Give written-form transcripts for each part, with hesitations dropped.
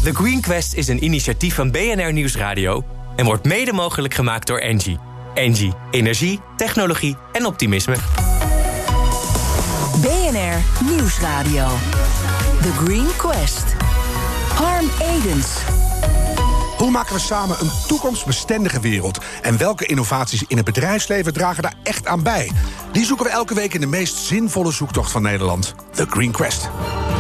The Green Quest is een initiatief van BNR Nieuwsradio en wordt mede mogelijk gemaakt door Engie. Engie, energie, technologie en optimisme. BNR Nieuwsradio. The Green Quest. Harm Edens. Hoe maken we samen een toekomstbestendige wereld? En welke innovaties in het bedrijfsleven dragen daar echt aan bij? Die zoeken we elke week in de meest zinvolle zoektocht van Nederland. The Green Quest.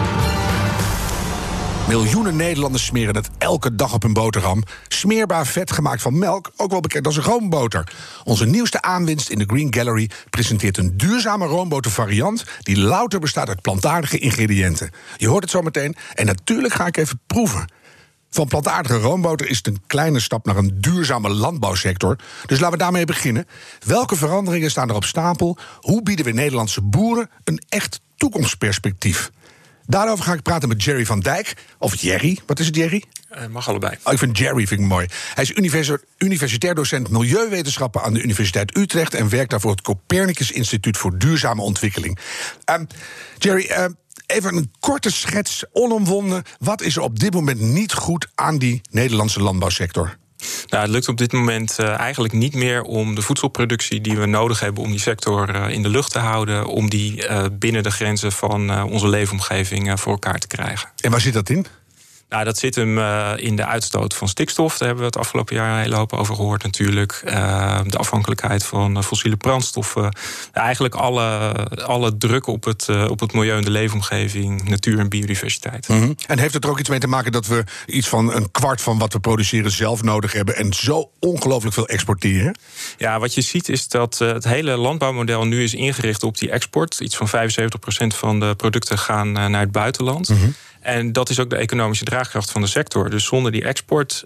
Miljoenen Nederlanders smeren het elke dag op hun boterham. Smeerbaar vet gemaakt van melk, ook wel bekend als roomboter. Onze nieuwste aanwinst in de Green Gallery presenteert een duurzame roomboter-variant die louter bestaat uit plantaardige ingrediënten. Je hoort het zo meteen en natuurlijk ga ik even proeven. Van plantaardige roomboter is het een kleine stap naar een duurzame landbouwsector. Dus laten we daarmee beginnen. Welke veranderingen staan er op stapel? Hoe bieden we Nederlandse boeren een echt toekomstperspectief? Daarover ga ik praten met Jerry van Dijk. Of Jerry, wat is het, Jerry? Mag allebei. Ik vind Jerry mooi. Hij is universitair docent Milieuwetenschappen aan de Universiteit Utrecht en werkt daar voor het Copernicus Instituut voor Duurzame Ontwikkeling. Jerry, even een korte schets, onomwonden. Wat is er op dit moment niet goed aan die Nederlandse landbouwsector? Nou, het lukt op dit moment eigenlijk niet meer om de voedselproductie die we nodig hebben om die sector in de lucht te houden, om die binnen de grenzen van onze leefomgeving voor elkaar te krijgen. En waar zit dat in? Nou, dat zit hem in de uitstoot van stikstof. Daar hebben we het afgelopen jaar een hele hoop over gehoord natuurlijk. De afhankelijkheid van fossiele brandstoffen. Eigenlijk alle druk op het milieu en de leefomgeving, natuur en biodiversiteit. Mm-hmm. En heeft het er ook iets mee te maken dat we iets van een kwart van wat we produceren zelf nodig hebben en zo ongelooflijk veel exporteren? Ja, wat je ziet is dat het hele landbouwmodel nu is ingericht op die export. Iets van 75% van de producten gaan naar het buitenland. Mm-hmm. En dat is ook de economische draagkracht van de sector. Dus zonder die export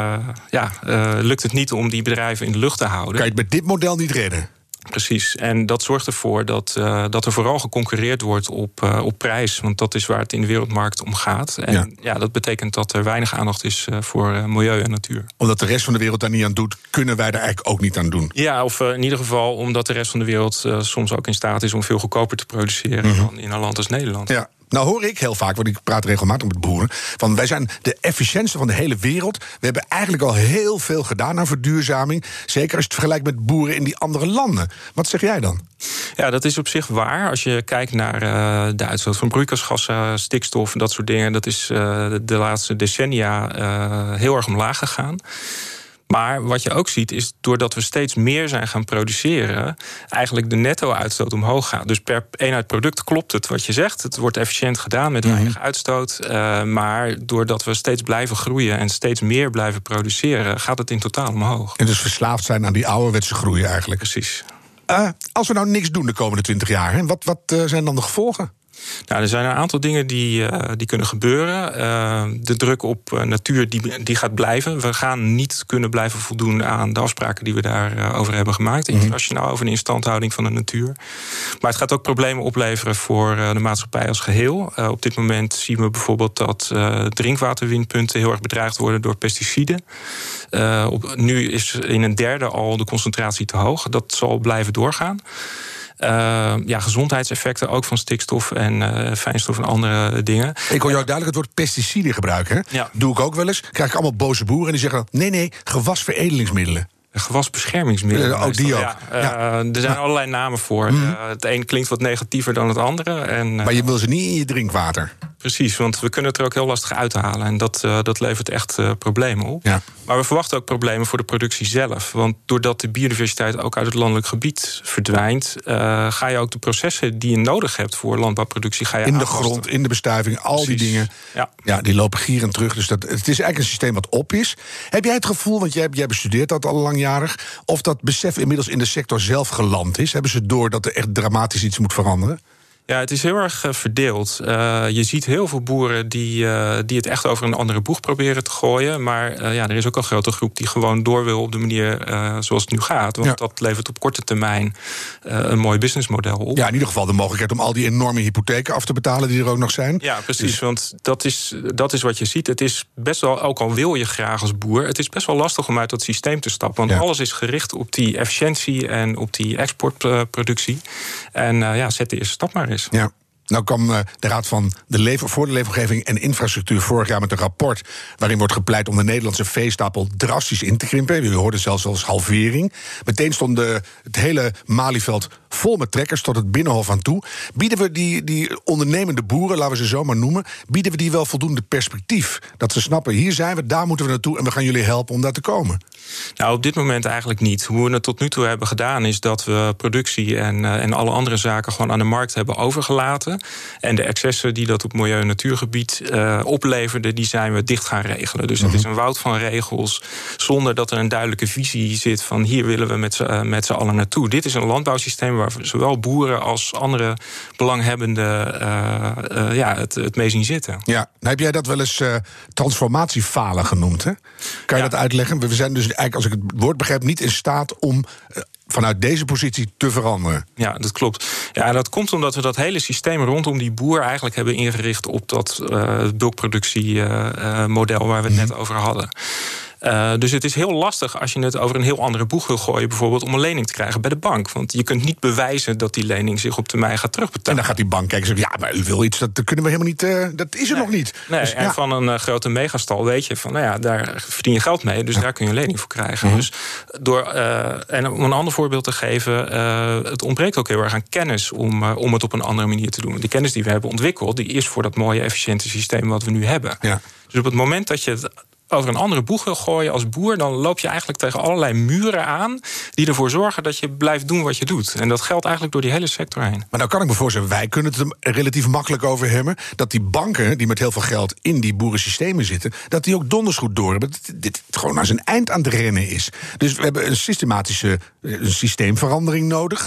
lukt het niet om die bedrijven in de lucht te houden. Kan je het met dit model niet redden? Precies. En dat zorgt ervoor dat er vooral geconcurreerd wordt op prijs. Want dat is waar het in de wereldmarkt om gaat. En dat betekent dat er weinig aandacht is voor milieu en natuur. Omdat de rest van de wereld daar niet aan doet, kunnen wij daar eigenlijk ook niet aan doen. Ja, of in ieder geval omdat de rest van de wereld soms ook in staat is om veel goedkoper te produceren dan in een land als Nederland. Ja. Nou hoor ik heel vaak, want ik praat regelmatig met boeren, van wij zijn de efficiëntste van de hele wereld. We hebben eigenlijk al heel veel gedaan aan verduurzaming. Zeker als je het vergelijkt met boeren in die andere landen. Wat zeg jij dan? Ja, dat is op zich waar. Als je kijkt naar de uitstoot van broeikasgassen, stikstof en dat soort dingen, dat is de laatste decennia heel erg omlaag gegaan. Maar wat je ook ziet is, doordat we steeds meer zijn gaan produceren, eigenlijk de netto-uitstoot omhoog gaat. Dus per eenheid product klopt het wat je zegt. Het wordt efficiënt gedaan met weinig uitstoot. Maar doordat we steeds blijven groeien en steeds meer blijven produceren, gaat het in totaal omhoog. En dus verslaafd zijn aan die ouderwetse groei eigenlijk. Precies. Als we nou niks doen de komende 20 jaar, hè, wat zijn dan de gevolgen? Nou, er zijn een aantal dingen die kunnen gebeuren. De druk op natuur die gaat blijven. We gaan niet kunnen blijven voldoen aan de afspraken die we daarover hebben gemaakt. Internationaal over de instandhouding van de natuur. Maar het gaat ook problemen opleveren voor de maatschappij als geheel. Op dit moment zien we bijvoorbeeld dat drinkwaterwinpunten heel erg bedreigd worden door pesticiden. Nu is in een derde al de concentratie te hoog. Dat zal blijven doorgaan. Gezondheidseffecten ook van stikstof en fijnstof en andere dingen. Ik hoor jou duidelijk het woord pesticiden gebruiken. Hè? Ja. Doe ik ook wel eens. Krijg ik allemaal boze boeren en die zeggen dan, nee, gewasveredelingsmiddelen. Gewasbeschermingsmiddelen. Ook die ook. Er zijn allerlei namen voor. Het een klinkt wat negatiever dan het andere. Maar je wil ze niet in je drinkwater. Precies, want we kunnen het er ook heel lastig uithalen. En dat levert echt problemen op. Ja. Maar we verwachten ook problemen voor de productie zelf. Want doordat de biodiversiteit ook uit het landelijk gebied verdwijnt, ga je ook de processen die je nodig hebt voor landbouwproductie ga je in de grond, in de bestuiving, al die dingen. Ja, die lopen gierend terug. Dus het is eigenlijk een systeem wat op is. Heb jij het gevoel, want jij bestudeert dat al langjarig, of dat besef inmiddels in de sector zelf geland is? Hebben ze door dat er echt dramatisch iets moet veranderen? Ja, het is heel erg verdeeld. Je ziet heel veel boeren die het echt over een andere boeg proberen te gooien. Maar er is ook een grote groep die gewoon door wil op de manier zoals het nu gaat. Want dat levert op korte termijn een mooi businessmodel op. Ja, in ieder geval de mogelijkheid om al die enorme hypotheken af te betalen die er ook nog zijn. Ja, precies. Want dat is wat je ziet. Het is best wel, ook al wil je graag als boer, het is best wel lastig om uit dat systeem te stappen. Want alles is gericht op die efficiëntie en op die exportproductie. En zet de eerste stap maar eens. Ja. Nou kwam de Raad voor de Leefomgeving en Infrastructuur vorig jaar met een rapport waarin wordt gepleit om de Nederlandse veestapel drastisch in te krimpen. We hoorden zelfs als halvering. Meteen stond het hele Malieveld vol met trekkers tot het Binnenhof aan toe. Bieden we die ondernemende boeren, laten we ze zo maar noemen, bieden we die wel voldoende perspectief? Dat ze snappen, hier zijn we, daar moeten we naartoe en we gaan jullie helpen om daar te komen. Nou, op dit moment eigenlijk niet. Hoe we het tot nu toe hebben gedaan is dat we productie en alle andere zaken gewoon aan de markt hebben overgelaten. En de excessen die dat op milieu- en natuurgebied opleverde, die zijn we dicht gaan regelen. Dus het is een woud van regels zonder dat er een duidelijke visie zit van hier willen we met z'n allen naartoe. Dit is een landbouwsysteem waar zowel boeren als andere belanghebbenden het mee zien zitten. Ja, nou heb jij dat wel eens transformatiefalen genoemd, hè? Kan je dat uitleggen? We zijn dus eigenlijk, als ik het woord begrijp, niet in staat om vanuit deze positie te veranderen. Ja, dat klopt. Ja, dat komt omdat we dat hele systeem rondom die boer eigenlijk hebben ingericht op dat bulkproductiemodel waar we het net over hadden. Dus het is heel lastig als je het over een heel andere boeg wil gooien, bijvoorbeeld om een lening te krijgen bij de bank. Want je kunt niet bewijzen dat die lening zich op termijn gaat terugbetalen. En dan gaat die bank kijken en zeggen, ja, maar u wil iets, dat kunnen we helemaal niet, dat is er nog niet. Nee, dus, en van een grote megastal weet je van, nou ja, daar verdien je geld mee, dus daar kun je een lening voor krijgen. Dus en om een ander voorbeeld te geven, het ontbreekt ook heel erg aan kennis om het op een andere manier te doen. Die kennis die we hebben ontwikkeld, die is voor dat mooie, efficiënte systeem wat we nu hebben. Ja. Dus op het moment dat je het over een andere boeg wil gooien als boer, dan loop je eigenlijk tegen allerlei muren aan die ervoor zorgen dat je blijft doen wat je doet. En dat geldt eigenlijk door die hele sector heen. Maar nou kan ik me voorstellen, wij kunnen het er relatief makkelijk over hebben, dat die banken, die met heel veel geld in die boerensystemen zitten, dat die ook donders goed doorhebben dat dit gewoon naar zijn eind aan het rennen is. Dus we hebben een systematische systeemverandering nodig.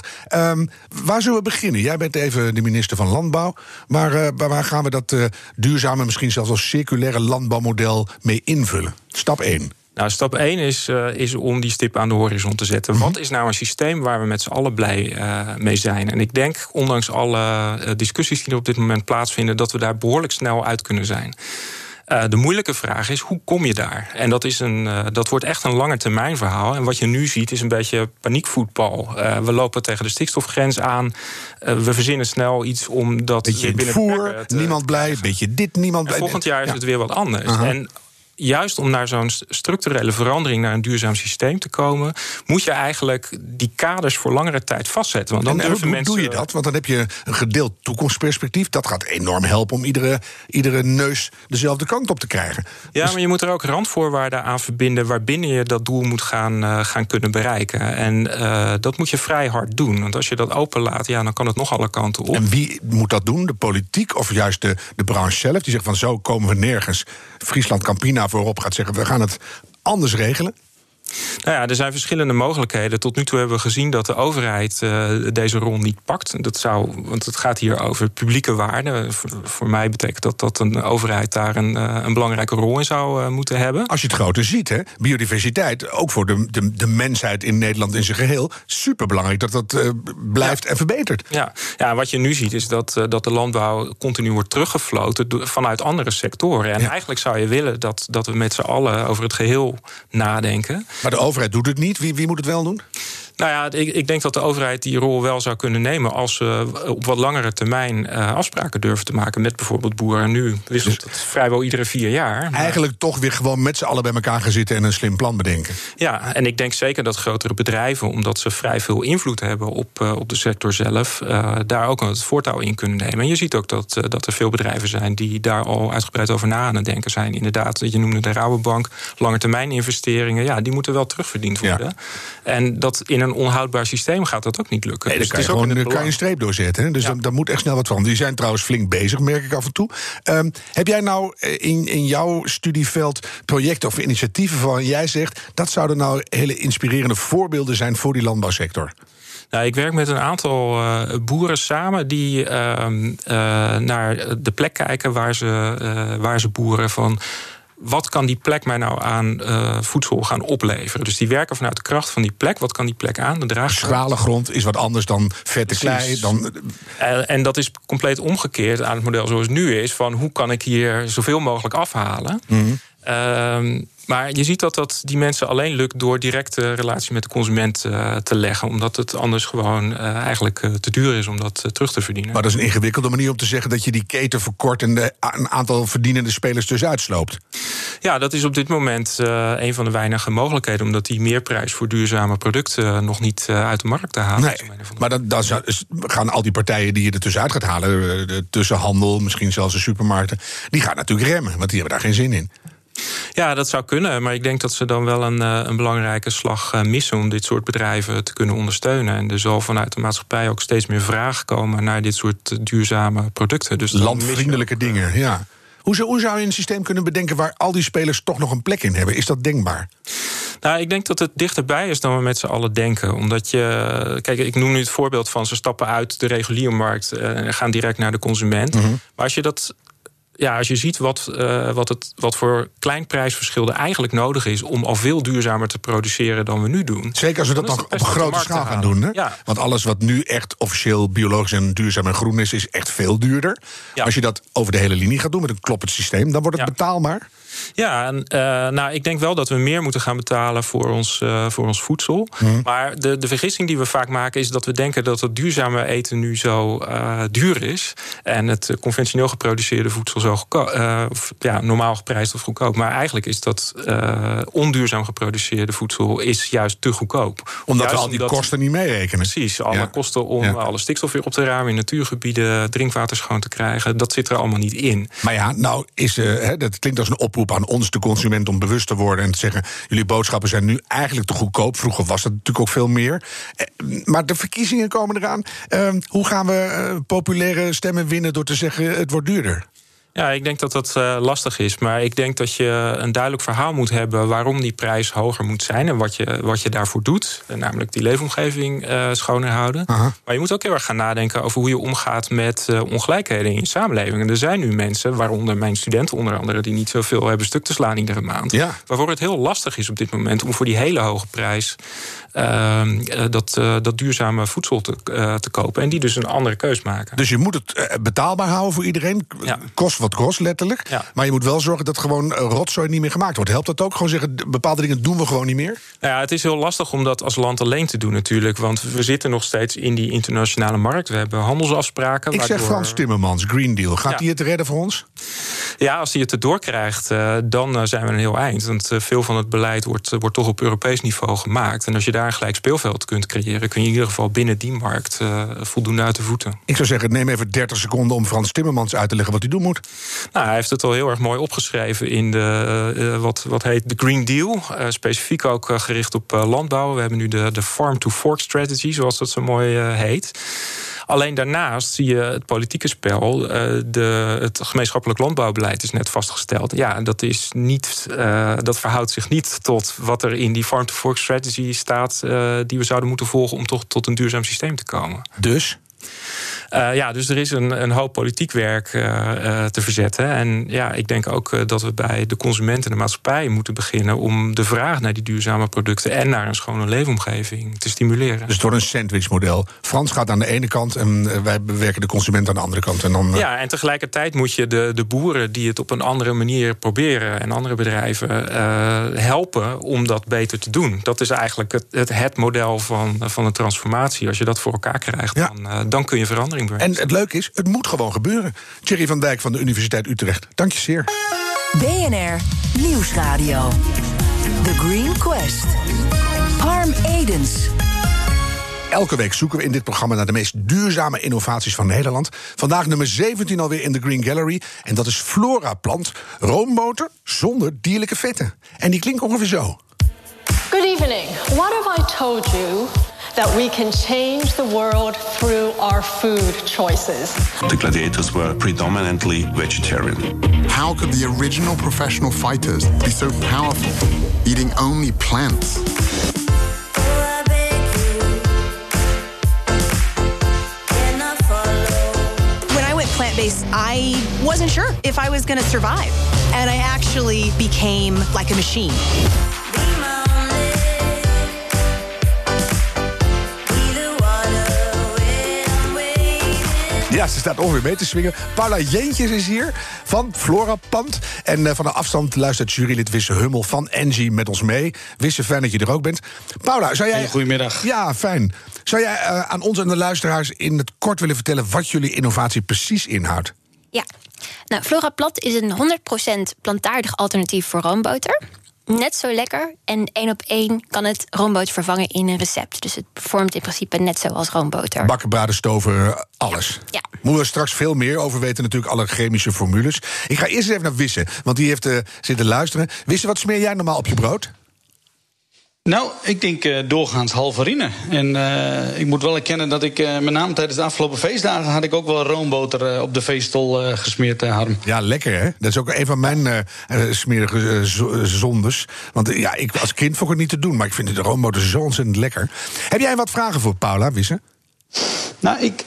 Waar zullen we beginnen? Jij bent even de minister van Landbouw. Maar waar gaan we dat duurzame, misschien zelfs als circulaire landbouwmodel mee invullen? Stap 1. Nou, stap 1 is om die stip aan de horizon te zetten. Wat is nou een systeem waar we met z'n allen blij mee zijn? En ik denk, ondanks alle discussies die er op dit moment plaatsvinden, dat we daar behoorlijk snel uit kunnen zijn. De moeilijke vraag is, hoe kom je daar? En dat wordt echt een lange termijn verhaal. En wat je nu ziet is een beetje paniekvoetbal. We lopen tegen de stikstofgrens aan. We verzinnen snel iets om dat beetje binnen voer, niemand blij, beetje dit, niemand blij. Volgend jaar is het weer wat anders. En juist om naar zo'n structurele verandering, naar een duurzaam systeem te komen, moet je eigenlijk die kaders voor langere tijd vastzetten. Want dan durven mensen. Hoe doe je dat? Want dan heb je een gedeeld toekomstperspectief. Dat gaat enorm helpen om iedere neus dezelfde kant op te krijgen. Ja, dus maar je moet er ook randvoorwaarden aan verbinden waarbinnen je dat doel moet gaan kunnen bereiken. En dat moet je vrij hard doen. Want als je dat openlaat, dan kan het nog alle kanten op. En wie moet dat doen? De politiek of juist de branche zelf? Die zegt van zo komen we nergens. Friesland Campina voorop gaat zeggen, we gaan het anders regelen? Nou ja, er zijn verschillende mogelijkheden. Tot nu toe hebben we gezien dat de overheid deze rol niet pakt. Want het gaat hier over publieke waarden. Voor mij betekent dat een overheid daar een belangrijke rol in zou moeten hebben. Als je het groter ziet, hè, biodiversiteit, ook voor de mensheid in Nederland in zijn geheel, superbelangrijk dat dat blijft en verbetert. Ja, wat je nu ziet is dat de landbouw continu wordt teruggefloten vanuit andere sectoren. En eigenlijk zou je willen dat we met z'n allen over het geheel nadenken. Maar de overheid doet het niet. Wie moet het wel doen? Nou ja, ik denk dat de overheid die rol wel zou kunnen nemen als ze op wat langere termijn afspraken durven te maken met bijvoorbeeld boeren. En nu wisselt het vrijwel iedere 4 jaar. Eigenlijk toch weer gewoon met z'n allen bij elkaar gaan zitten en een slim plan bedenken. Ja, en ik denk zeker dat grotere bedrijven, omdat ze vrij veel invloed hebben op de sector zelf, daar ook het voortouw in kunnen nemen. En je ziet ook dat er veel bedrijven zijn die daar al uitgebreid over na aan het denken zijn. Inderdaad, je noemde de Rabobank, langetermijn investeringen, die moeten wel terugverdiend worden. Ja. En dat in een onhoudbaar systeem gaat dat ook niet lukken. Nee, dus kan je een streep doorzetten. Hè? Dus daar moet echt snel wat van. Die zijn trouwens flink bezig, merk ik af en toe. Heb jij nou in jouw studieveld projecten of initiatieven van jij zegt, dat zouden nou hele inspirerende voorbeelden zijn voor die landbouwsector? Nou, ik werk met een aantal boeren samen die naar de plek kijken waar ze boeren van. Wat kan die plek mij nou aan voedsel gaan opleveren? Dus die werken vanuit de kracht van die plek. Wat kan die plek aan? De draagkracht. Schrale grond is wat anders dan vette klei. En dat is compleet omgekeerd aan het model zoals het nu is. Van hoe kan ik hier zoveel mogelijk afhalen? Mm-hmm. Maar je ziet dat die mensen alleen lukt door directe relatie met de consument te leggen. Omdat het anders gewoon eigenlijk te duur is om dat terug te verdienen. Maar dat is een ingewikkelde manier om te zeggen dat je die keten verkort en een aantal verdienende spelers dus uitsloopt. Ja, dat is op dit moment een van de weinige mogelijkheden, omdat die meerprijs voor duurzame producten nog niet uit de markt te halen. Nee, maar dan gaan al die partijen die je er tussenuit gaat halen, de tussenhandel, misschien zelfs de supermarkten, die gaan natuurlijk remmen, want die hebben daar geen zin in. Ja, dat zou kunnen, maar ik denk dat ze dan wel een belangrijke slag missen om dit soort bedrijven te kunnen ondersteunen. En er zal vanuit de maatschappij ook steeds meer vraag komen naar dit soort duurzame producten. Dus landvriendelijke dingen, ja. Hoe zou je een systeem kunnen bedenken waar al die spelers toch nog een plek in hebben? Is dat denkbaar? Nou, ik denk dat het dichterbij is dan we met z'n allen denken. Omdat kijk, ik noem nu het voorbeeld van ze stappen uit de reguliere markt en gaan direct naar de consument. Mm-hmm. Maar als je ziet wat voor klein prijsverschil er eigenlijk nodig is om al veel duurzamer te produceren dan we nu doen. Zeker als we dat nog op grote schaal gaan doen. Hè? Ja. Want alles wat nu echt officieel biologisch en duurzaam en groen is echt veel duurder. Ja. Als je dat over de hele linie gaat doen met een kloppend systeem, dan wordt het betaalbaar. Ja, ik denk wel dat we meer moeten gaan betalen voor ons voedsel. Maar de vergissing die we vaak maken is dat we denken dat het duurzame eten nu zo duur is. En het conventioneel geproduceerde voedsel zo normaal geprijsd of goedkoop. Maar eigenlijk is dat onduurzaam geproduceerde voedsel is juist te goedkoop. Omdat we al die kosten niet meerekenen. Precies, alle kosten om alle stikstof weer op te ruimen in natuurgebieden, drinkwater schoon te krijgen, dat zit er allemaal niet in. Maar ja, dat klinkt als een oproep aan ons, de consument, om bewust te worden en te zeggen, jullie boodschappen zijn nu eigenlijk te goedkoop. Vroeger was dat natuurlijk ook veel meer. Maar de verkiezingen komen eraan. Hoe gaan we populaire stemmen winnen door te zeggen, het wordt duurder? Ja, ik denk dat dat lastig is. Maar ik denk dat je een duidelijk verhaal moet hebben waarom die prijs hoger moet zijn en wat je daarvoor doet. Namelijk die leefomgeving schoner houden. Aha. Maar je moet ook heel erg gaan nadenken over hoe je omgaat met ongelijkheden in je samenleving. En er zijn nu mensen, waaronder mijn studenten onder andere, die niet zoveel hebben stuk te slaan iedere maand. Ja. Waarvoor het heel lastig is op dit moment om voor die hele hoge prijs dat duurzame voedsel te kopen. En die dus een andere keus maken. Dus je moet het betaalbaar houden voor iedereen. Ja. Kost wat kost, letterlijk. Ja. Maar je moet wel zorgen dat gewoon rotzooi niet meer gemaakt wordt. Helpt dat ook? Gewoon zeggen, bepaalde dingen doen we gewoon niet meer? Nou ja, het is heel lastig om dat als land alleen te doen natuurlijk. Want we zitten nog steeds in die internationale markt. We hebben handelsafspraken. Ik zeg Frans Timmermans, Green Deal. Gaat die het redden voor ons? Ja, als hij het erdoor krijgt, dan zijn we een heel eind. Want veel van het beleid wordt toch op Europees niveau gemaakt. En als je daar een gelijk speelveld kunt creëren, kun je in ieder geval binnen die markt voldoende uit de voeten. Ik zou zeggen, neem even 30 seconden om Frans Timmermans uit te leggen wat hij doen moet. Nou, hij heeft het al heel erg mooi opgeschreven in wat heet de Green Deal. Specifiek ook gericht op landbouw. We hebben nu de Farm-to-Fork Strategy, zoals dat zo mooi heet. Alleen daarnaast zie je het politieke spel. Het gemeenschappelijk landbouwbeleid is net vastgesteld. Ja, dat verhoudt zich niet tot wat er in die Farm-to-Fork Strategy staat, die we zouden moeten volgen om toch tot een duurzaam systeem te komen. Dus? Dus er is een hoop politiek werk te verzetten. En ja, ik denk ook dat we bij de consument en de maatschappij moeten beginnen om de vraag naar die duurzame producten en naar een schone leefomgeving te stimuleren. Dus het wordt een sandwichmodel. Frans gaat aan de ene kant en wij bewerken de consument aan de andere kant. Ja, en tegelijkertijd moet je de boeren die het op een andere manier proberen en andere bedrijven helpen om dat beter te doen. Dat is eigenlijk het model van een transformatie. Als je dat voor elkaar krijgt, dan kun je verandering. En het leuke is, het moet gewoon gebeuren. Thierry van Dijk van de Universiteit Utrecht. Dank je zeer. BNR Nieuwsradio. The Green Quest. Harm Edens. Elke week zoeken we in dit programma naar de meest duurzame innovaties van Nederland. Vandaag nummer 17 alweer in de Green Gallery. En dat is Floraplant, roomboter zonder dierlijke vetten. En die klinkt ongeveer zo. Good evening. What have I told you that we can change the world through our food choices? The gladiators were predominantly vegetarian. How could the original professional fighters be so powerful, eating only plants? When I went plant-based, I wasn't sure if I was going to survive. And I actually became like a machine. Ja, Ja, ze staat ongeveer mee te swingen. Paula Jeentjes is hier van Floraplant. En van de afstand luistert jurylid Wisse Hummel van Engie met ons mee. Wisse, fijn dat je er ook bent. Paula, zou jij... Goedemiddag. Ja, fijn. Zou jij aan ons en de luisteraars in het kort willen vertellen wat jullie innovatie precies inhoudt? Ja, nou, Floraplant is een 100% plantaardig alternatief voor roomboter. Net zo lekker en 1 op 1 kan het roomboter vervangen in een recept. Dus het performt in principe net zoals roomboter. Bakken, braden, stoven, alles. Ja. Moeten we straks veel meer over weten, natuurlijk alle chemische formules. Ik ga eerst eens even naar Wisse, want die heeft zitten luisteren. Wisse, wat smeer jij normaal op je brood? Nou, ik denk doorgaans halvarine. En ik moet wel erkennen dat ik met name tijdens de afgelopen feestdagen... had ik ook wel roomboter op de veestol gesmeerd, Harm. Ja, lekker, hè? Dat is ook een van mijn smerige zondes. Want als kind vond ik het niet te doen, maar ik vind de roomboter zo ontzettend lekker. Heb jij wat vragen voor Paula, Wisse? Nou, ik...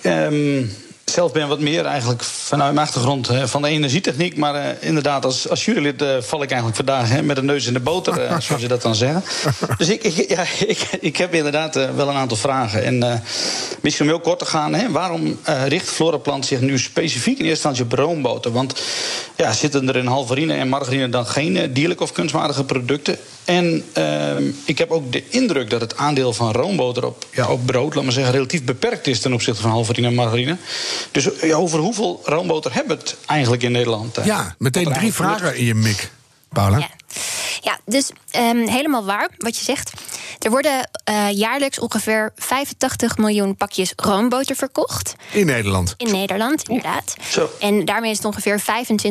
zelf ben wat meer eigenlijk vanuit mijn achtergrond van de energietechniek. Maar inderdaad, als jurylid val ik eigenlijk vandaag met een neus in de boter, zoals je dat dan zeggen. Dus ik heb inderdaad wel een aantal vragen. En misschien om heel kort te gaan, waarom richt Floraplant zich nu specifiek in eerste instantie op roomboter? Want zitten er in halvarine en margarine dan geen dierlijke of kunstmatige producten? En ik heb ook de indruk dat het aandeel van roomboter op brood, laat maar zeggen, relatief beperkt is ten opzichte van halvarine en margarine. Dus over hoeveel roomboter hebben we het eigenlijk in Nederland? Ja, meteen 3 vragen in je mik, Paula. Ja, dus helemaal waar wat je zegt. Er worden jaarlijks ongeveer 85 miljoen pakjes roomboter verkocht. In Nederland? In Nederland, inderdaad. Zo. En daarmee is het ongeveer 25%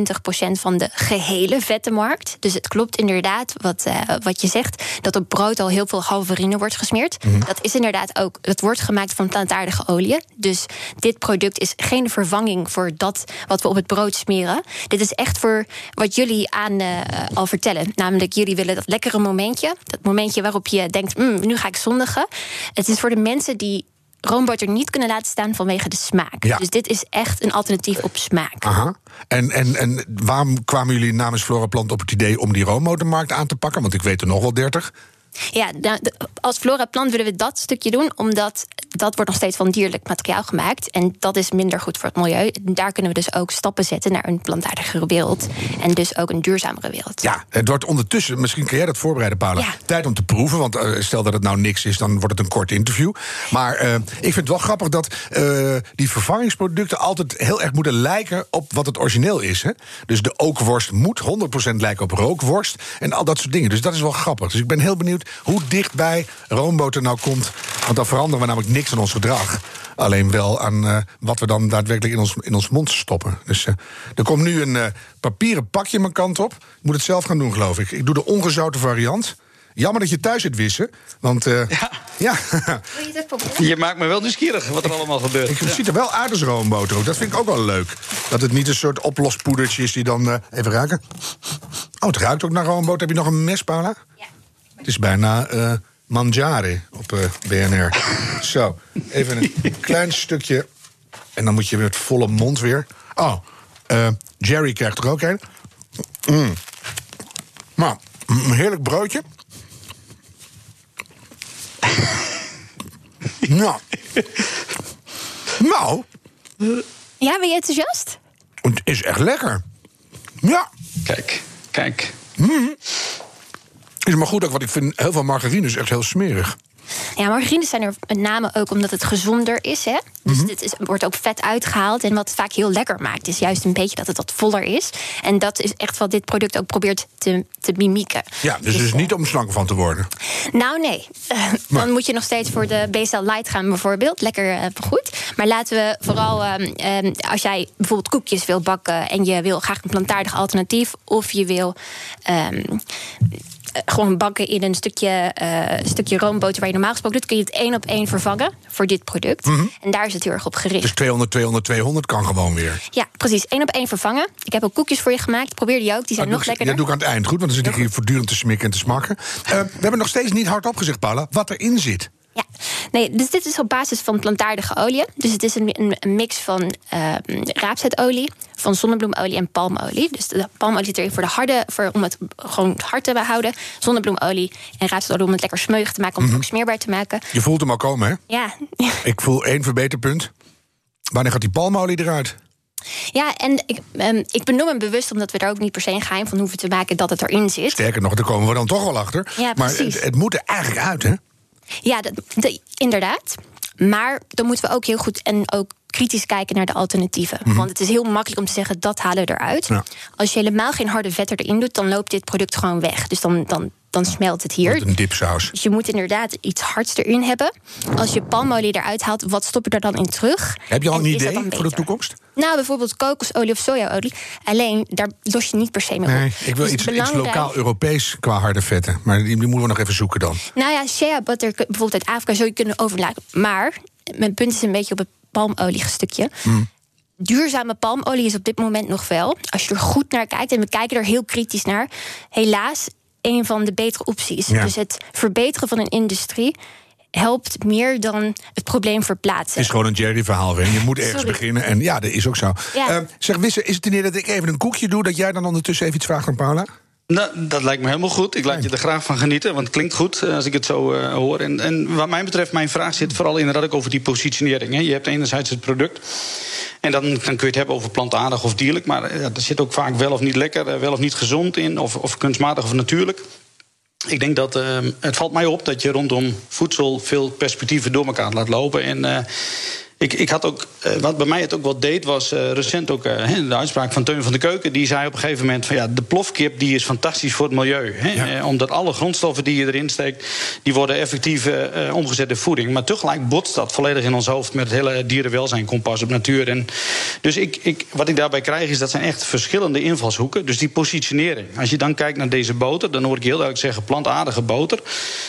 van de gehele vettenmarkt. Dus het klopt inderdaad wat je zegt, dat op brood al heel veel halvarine wordt gesmeerd. Mm-hmm. Dat is inderdaad ook, het wordt gemaakt van plantaardige oliën. Dus dit product is geen vervanging voor dat wat we op het brood smeren. Dit is echt voor wat jullie al vertellen. Namelijk, jullie willen dat lekkere momentje. Dat momentje waarop je denkt, nu ga ik zondigen. Het is voor de mensen die roomboter niet kunnen laten staan vanwege de smaak. Ja. Dus dit is echt een alternatief op smaak. Aha. En waarom kwamen jullie namens Floraplant op het idee om die roombotermarkt aan te pakken? Want ik weet er nog wel 30. Ja, als Floraplant willen we dat stukje doen, omdat dat wordt nog steeds van dierlijk materiaal gemaakt. En dat is minder goed voor het milieu. En daar kunnen we dus ook stappen zetten naar een plantaardigere wereld. En dus ook een duurzamere wereld. Ja, het wordt ondertussen, misschien kun jij dat voorbereiden, Paula. Ja. Tijd om te proeven, want stel dat het nou niks is, dan wordt het een kort interview. Maar ik vind het wel grappig dat die vervangingsproducten altijd heel erg moeten lijken op wat het origineel is. Hè? Dus de ookworst moet 100% lijken op rookworst. En al dat soort dingen. Dus dat is wel grappig. Dus ik ben heel benieuwd hoe dichtbij roomboter nou komt. Want dan veranderen we namelijk niks aan ons gedrag. Alleen wel aan wat we dan daadwerkelijk in ons mond stoppen. Dus er komt nu een papieren pakje mijn kant op. Ik moet het zelf gaan doen, geloof ik. Ik doe de ongezouten variant. Jammer dat je thuis zit, Wisse. Want ja. Wil je het proberen? Je maakt me wel nieuwsgierig wat er allemaal gebeurt. Het ziet er wel uit als roomboter ook. Dat vind ik ook wel leuk. Dat het niet een soort oplospoedertje is die dan... even ruiken. Oh, het ruikt ook naar roomboter. Heb je nog een mes, Paula? Ja. Het is bijna mangiare op BNR. Zo, even een klein stukje. En dan moet je met volle mond weer. Oh, Jerry krijgt er ook een. Nou, een heerlijk broodje. Nou. Ja, ben je enthousiast? Het is echt lekker. Ja. Kijk. Is maar goed ook, want ik vind heel veel margarine is echt heel smerig. Ja, margarines zijn er met name ook omdat het gezonder is. Hè? Dus dit wordt ook vet uitgehaald. En wat het vaak heel lekker maakt, is juist een beetje dat het wat voller is. En dat is echt wat dit product ook probeert te mimieken. Ja, dus niet om slank van te worden. Nou, nee. Dan moet je nog steeds voor de B-cell Light gaan, bijvoorbeeld. Lekker goed. Maar laten we vooral, als jij bijvoorbeeld koekjes wil bakken en je wil graag een plantaardig alternatief, of je wil gewoon bakken in een stukje roomboter waar je normaal gesproken doet, kun je het 1 op 1 vervangen voor dit product. En daar is het heel erg op gericht. Dus 200 kan gewoon weer. Ja, precies. 1 op 1 vervangen. Ik heb ook koekjes voor je gemaakt. Probeer die ook. Die zijn nog lekkerder. Dat doe ik aan het eind. Goed, want dan zit ik hier voortdurend te smikken en te smakken. We hebben nog steeds niet hardop gezegd, Paula, wat erin zit. Ja, nee, dus dit is op basis van plantaardige olie. Dus het is een mix van raapzetolie, van zonnebloemolie en palmolie. Dus de palmolie zit erin om het gewoon hard te behouden. Zonnebloemolie en raapzetolie om het lekker smeuig te maken, om het ook smeerbaar te maken. Je voelt hem al komen, hè? Ja. Ik voel 1 verbeterpunt. Wanneer gaat die palmolie eruit? Ja, en ik benoem hem bewust omdat we er ook niet per se een geheim van hoeven te maken dat het erin zit. Sterker nog, daar komen we dan toch wel achter. Ja, maar het moet er eigenlijk uit, hè? Ja, inderdaad. Maar dan moeten we ook heel goed en ook kritisch kijken naar de alternatieven. Mm-hmm. Want het is heel makkelijk om te zeggen, dat halen we eruit. Ja. Als je helemaal geen harde vetten erin doet, dan loopt dit product gewoon weg. Dus dan smelt het hier. Met een dipsaus. Dus je moet inderdaad iets hards erin hebben. Als je palmolie eruit haalt, wat stop je er dan in terug? Heb je al een idee voor de toekomst? Nou, bijvoorbeeld kokosolie of sojaolie. Alleen, daar los je niet per se mee op. Nee, ik wil dus iets lokaal Europees qua harde vetten. Maar die moeten we nog even zoeken dan. Nou ja, shea butter bijvoorbeeld uit Afrika zou je kunnen overlaten. Maar mijn punt is een beetje op het palmoliestukje. Duurzame palmolie is op dit moment nog wel, als je er goed naar kijkt, en we kijken er heel kritisch naar, helaas een van de betere opties. Ja. Dus het verbeteren van een industrie helpt meer dan het probleem verplaatsen. Het is gewoon een Jerry-verhaal weer. Je moet ergens beginnen. En ja, dat is ook zo. Ja. Zeg, Wisse, is het idee dat ik even een koekje doe, dat jij dan ondertussen even iets vraagt aan Paula? Nou, dat lijkt me helemaal goed. Ik laat je er graag van genieten, want het klinkt goed als ik het zo hoor. En wat mij betreft, mijn vraag zit vooral inderdaad ook over die positionering. Hè. Je hebt enerzijds het product, en dan kun je het hebben over plantaardig of dierlijk, maar er zit ook vaak wel of niet lekker, wel of niet gezond in, of kunstmatig of natuurlijk. Ik denk dat het valt mij op dat je rondom voedsel veel perspectieven door elkaar laat lopen. En ik had ook, wat bij mij het ook wel deed, was recent ook de uitspraak van Teun van de Keuken. Die zei op een gegeven moment van ja, de plofkip die is fantastisch voor het milieu. Ja. Omdat alle grondstoffen die je erin steekt, die worden effectief omgezet in voeding. Maar tegelijk botst dat volledig in ons hoofd met het hele dierenwelzijnkompas op natuur. En dus wat ik daarbij krijg is dat zijn echt verschillende invalshoeken. Dus die positionering. Als je dan kijkt naar deze boter, dan hoor ik heel duidelijk zeggen plantaardige boter.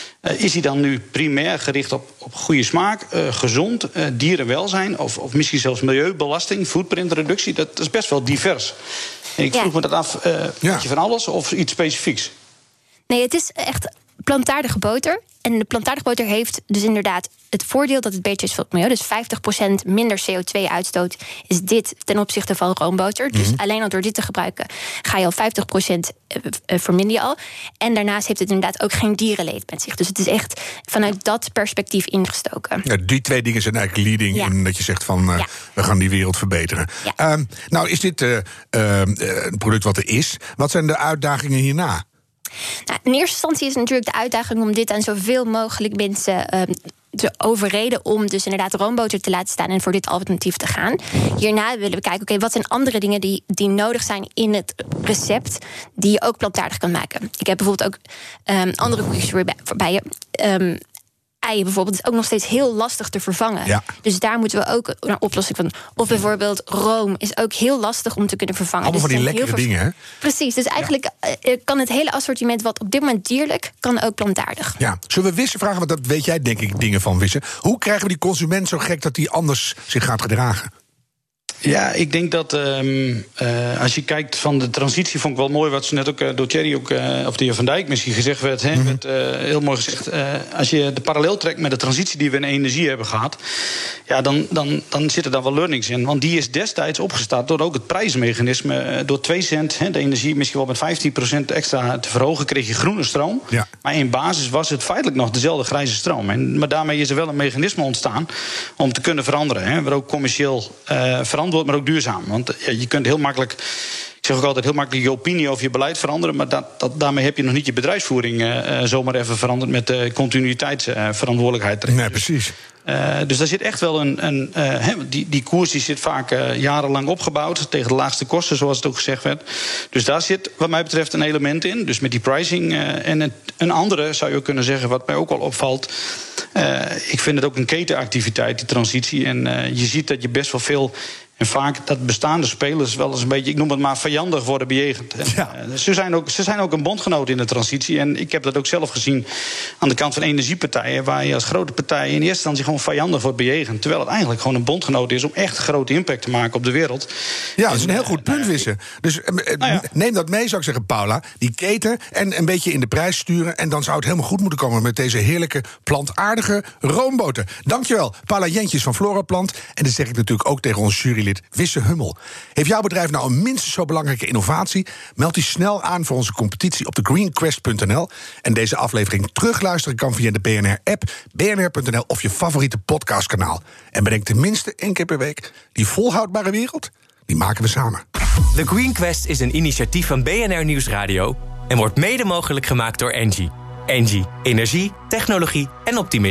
Is die dan nu primair gericht op goede smaak, gezond, dierenwelzijn of misschien zelfs milieubelasting, footprintreductie? Dat is best wel divers. Ik vroeg me dat af, weet je van alles of iets specifieks? Nee, het is echt plantaardige boter. En de plantaardige boter heeft dus inderdaad het voordeel dat het beter is voor het milieu. Dus 50% minder CO2-uitstoot is dit ten opzichte van roomboter. Dus alleen al door dit te gebruiken ga je al 50% verminder je al. En daarnaast heeft het inderdaad ook geen dierenleed met zich. Dus het is echt vanuit dat perspectief ingestoken. Ja, die twee dingen zijn eigenlijk leading in dat je zegt van we gaan die wereld verbeteren. Ja. Nou is dit een product wat er is. Wat zijn de uitdagingen hierna? Nou, in eerste instantie is het natuurlijk de uitdaging om dit aan zoveel mogelijk mensen te overreden om dus inderdaad roomboter te laten staan en voor dit alternatief te gaan. Hierna willen we kijken, wat zijn andere dingen die nodig zijn in het recept die je ook plantaardig kan maken. Ik heb bijvoorbeeld ook andere koekjes voorbij je. Eieren bijvoorbeeld is ook nog steeds heel lastig te vervangen. Ja. Dus daar moeten we ook naar oplossing van. Of bijvoorbeeld room is ook heel lastig om te kunnen vervangen. Allemaal dus van die lekkere dingen, hè? Precies, dus eigenlijk kan het hele assortiment wat op dit moment dierlijk, kan ook plantaardig. Ja. Zullen we Wisse vragen, want dat weet jij denk ik dingen van, Wisse. Hoe krijgen we die consument zo gek dat hij anders zich gaat gedragen? Ja, ik denk dat als je kijkt van de transitie, vond ik wel mooi wat ze net ook door Thierry of de heer Van Dijk misschien gezegd werd. Werd heel mooi gezegd. Als je de parallel trekt met de transitie die we in energie hebben gehad, ja, dan zitten daar wel learnings in. Want die is destijds opgestart door ook het prijsmechanisme. Door 2 cent de energie misschien wel met 15% extra te verhogen, kreeg je groene stroom. Ja. Maar in basis was het feitelijk nog dezelfde grijze stroom. Maar daarmee is er wel een mechanisme ontstaan om te kunnen veranderen. Waar ook commercieel veranderd wordt, maar ook duurzaam. Want je kunt heel makkelijk, ik zeg ook altijd, heel makkelijk je opinie over je beleid veranderen, maar daarmee heb je nog niet je bedrijfsvoering zomaar even veranderd met de continuïteitsverantwoordelijkheid. Nee, precies. Dus daar zit echt wel die koers die zit vaak jarenlang opgebouwd tegen de laagste kosten, zoals het ook gezegd werd. Dus daar zit wat mij betreft een element in. Dus met die pricing. En een andere zou je ook kunnen zeggen, wat mij ook wel opvalt. Ik vind het ook een ketenactiviteit, die transitie. En je ziet dat je best wel veel. En vaak dat bestaande spelers wel eens een beetje, ik noem het maar, vijandig worden bejegend. Ja. Ze zijn ook een bondgenoot in de transitie. En ik heb dat ook zelf gezien aan de kant van energiepartijen, waar je als grote partij in eerste instantie gewoon vijandig wordt bejegend. Terwijl het eigenlijk gewoon een bondgenoot is om echt grote impact te maken op de wereld. Ja, dat is een heel goed punt, Wisse. Dus neem dat mee, zou ik zeggen, Paula. Die keten en een beetje in de prijs sturen. En dan zou het helemaal goed moeten komen met deze heerlijke plantaardige roomboter. Dankjewel, Paula Jentjes van Floraplant. En dat zeg ik natuurlijk ook tegen ons jurylid jurylid Wisse Hummel. Heeft jouw bedrijf nou een minstens zo belangrijke innovatie? Meld die snel aan voor onze competitie op thegreenquest.nl. En deze aflevering terugluisteren kan via de BNR-app, bnr.nl of je favoriete podcastkanaal. En bedenk tenminste 1 keer per week, die volhoudbare wereld, die maken we samen. The Green Quest is een initiatief van BNR Nieuwsradio en wordt mede mogelijk gemaakt door Engie. Engie, energie, technologie en optimisme.